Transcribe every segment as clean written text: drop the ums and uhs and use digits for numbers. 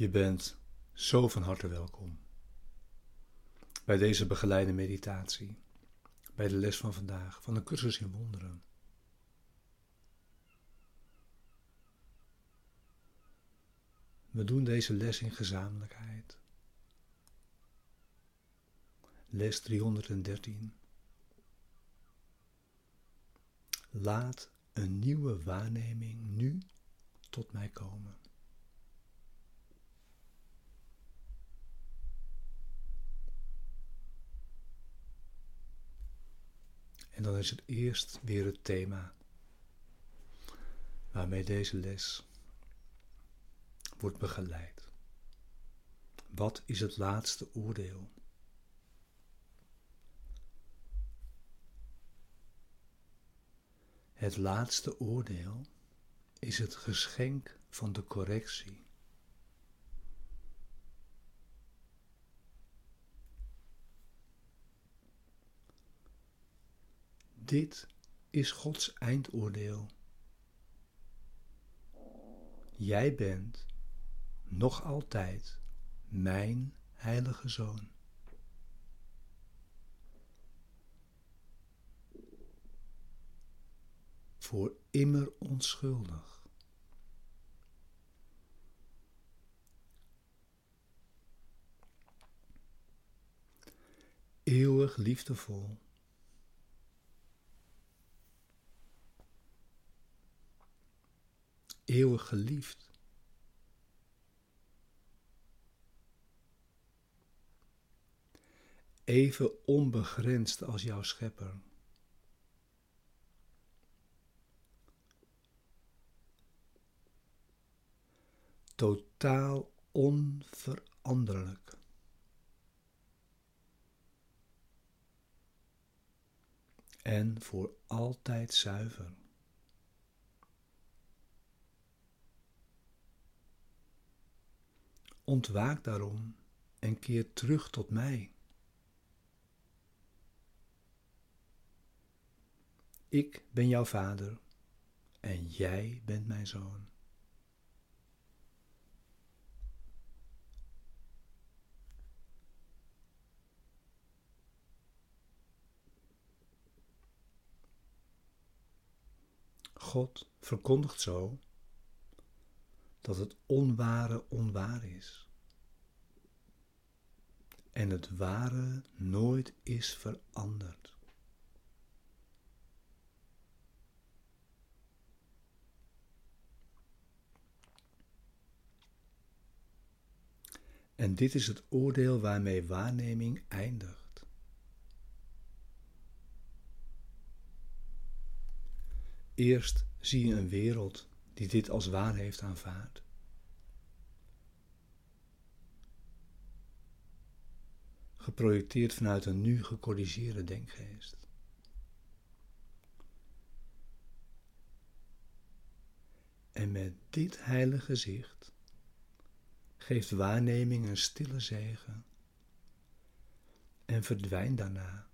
Je bent zo van harte welkom bij deze begeleide meditatie, bij de les van vandaag van de cursus in wonderen. We doen deze les in gezamenlijkheid. Les 313. Laat een nieuwe waarneming nu tot mij komen. En dan is het eerst weer het thema waarmee deze les wordt begeleid. Wat is het laatste oordeel? Het laatste oordeel is het geschenk van de correctie. Dit is Gods eindoordeel. Jij bent nog altijd mijn heilige zoon. Voor immer onschuldig. Eeuwig liefdevol. Eeuwig geliefd. Even onbegrensd als jouw schepper. Totaal onveranderlijk. En voor altijd zuiver. Ontwaak daarom en keer terug tot mij. Ik ben jouw vader en jij bent mijn zoon. God verkondigt zo dat het onware onwaar is en het ware nooit is veranderd. En dit is het oordeel waarmee waarneming eindigt. Eerst zie je een wereld die dit als waar heeft aanvaard. Geprojecteerd vanuit een nu gecorrigeerde denkgeest. En met dit heilige zicht geeft waarneming een stille zegen en verdwijnt daarna.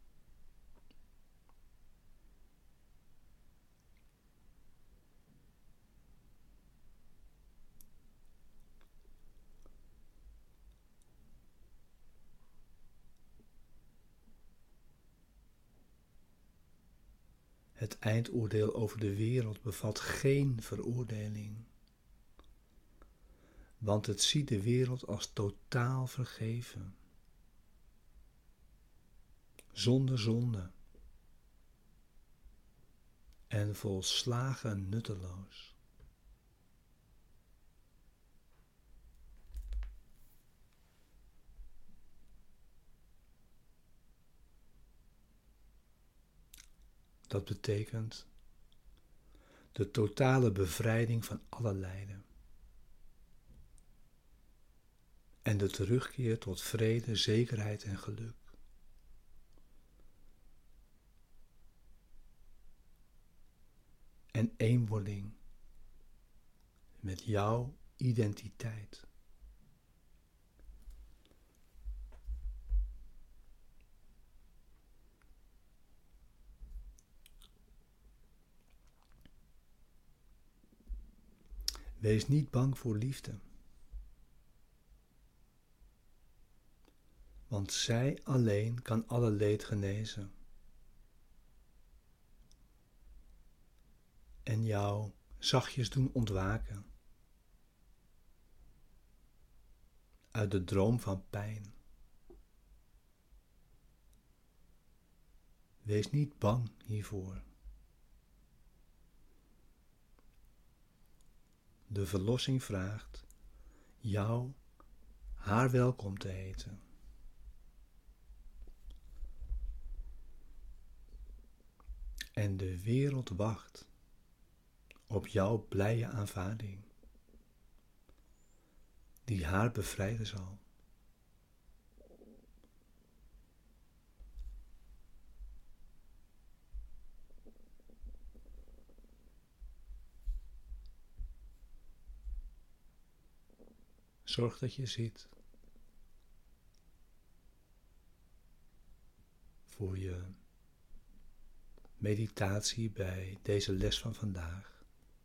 Het eindoordeel over de wereld bevat geen veroordeling, want het ziet de wereld als totaal vergeven, zonder zonde en volslagen nutteloos. Dat betekent de totale bevrijding van alle lijden en de terugkeer tot vrede, zekerheid en geluk. En eenwording met jouw identiteit. Wees niet bang voor liefde. want zij alleen kan alle leed genezen en jou zachtjes doen ontwaken uit de droom van pijn. Wees niet bang hiervoor. De verlossing vraagt jou haar welkom te heten. En de wereld wacht op jouw blije aanvaarding, die haar bevrijden zal. Zorg dat je zit voor je meditatie bij deze les van vandaag.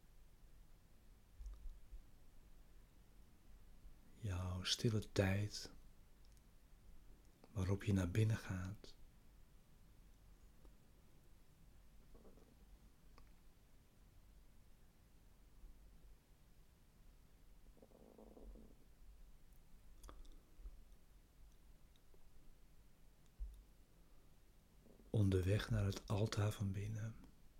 Jouw stille tijd waarop je naar binnen gaat. Onderweg naar het altaar van binnen.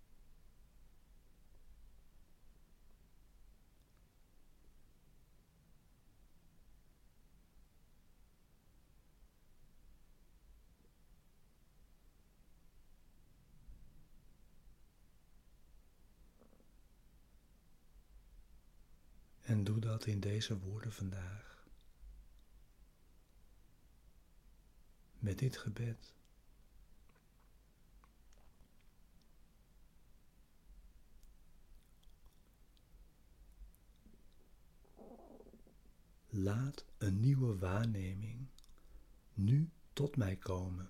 En doe dat in deze woorden vandaag. Met dit gebed. Laat een nieuwe waarneming nu tot mij komen.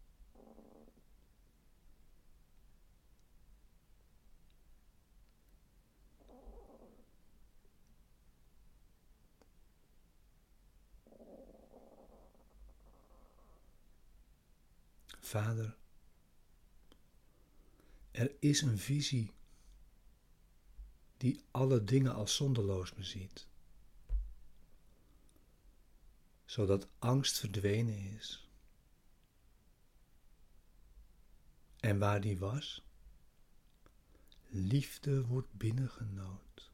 Vader, er is een visie die alle dingen als zonderloos beziet, zodat angst verdwenen is. En waar die was, liefde wordt binnengenood.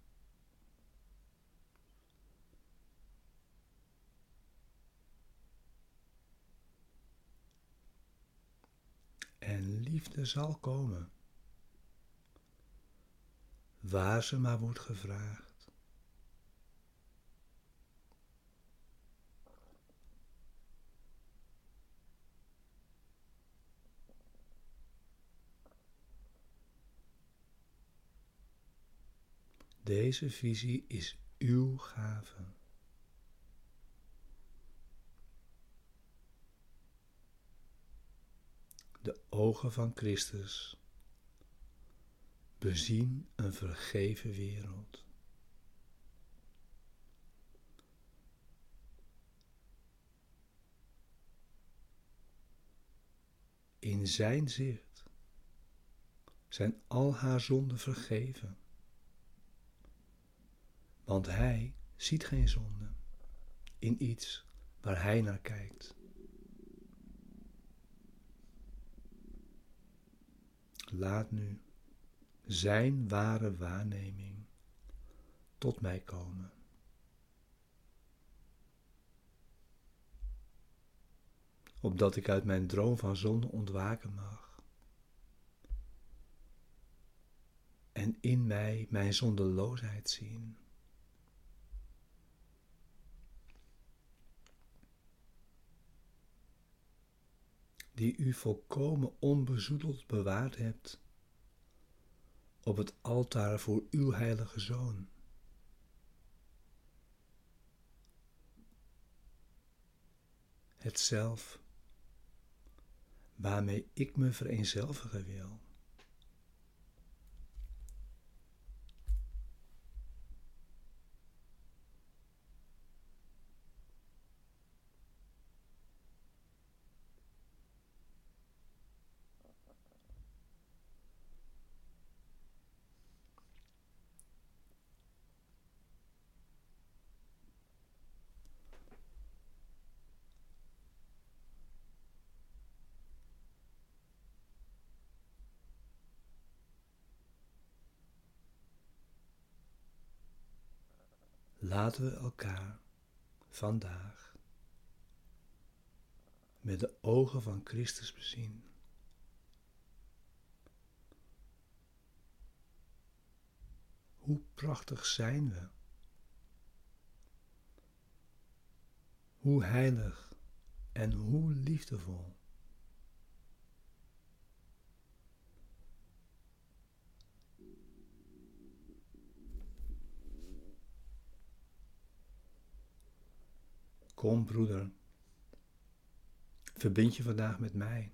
En liefde zal komen, waar ze maar wordt gevraagd. Deze visie is uw gave. De ogen van Christus bezien een vergeven wereld. In zijn zicht zijn al haar zonden vergeven, want hij ziet geen zonde in iets waar hij naar kijkt. Laat nu zijn ware waarneming tot mij komen. Opdat ik uit mijn droom van zonde ontwaken mag. En in mij mijn zondeloosheid zien. Die u volkomen onbezoedeld bewaard hebt op het altaar voor uw heilige Zoon. Het zelf waarmee ik me vereenzelvigen wil. Laten we elkaar vandaag met de ogen van Christus bezien. Hoe prachtig zijn we? Hoe heilig en hoe liefdevol. Kom, broeder, verbind je vandaag met mij.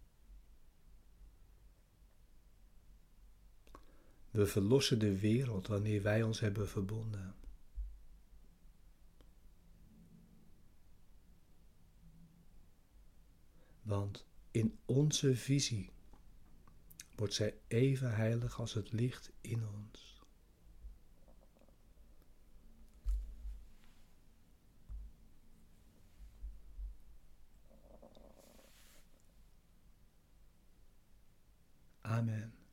We verlossen de wereld wanneer wij ons hebben verbonden. Want in onze visie wordt zij even heilig als het licht in ons. Amen.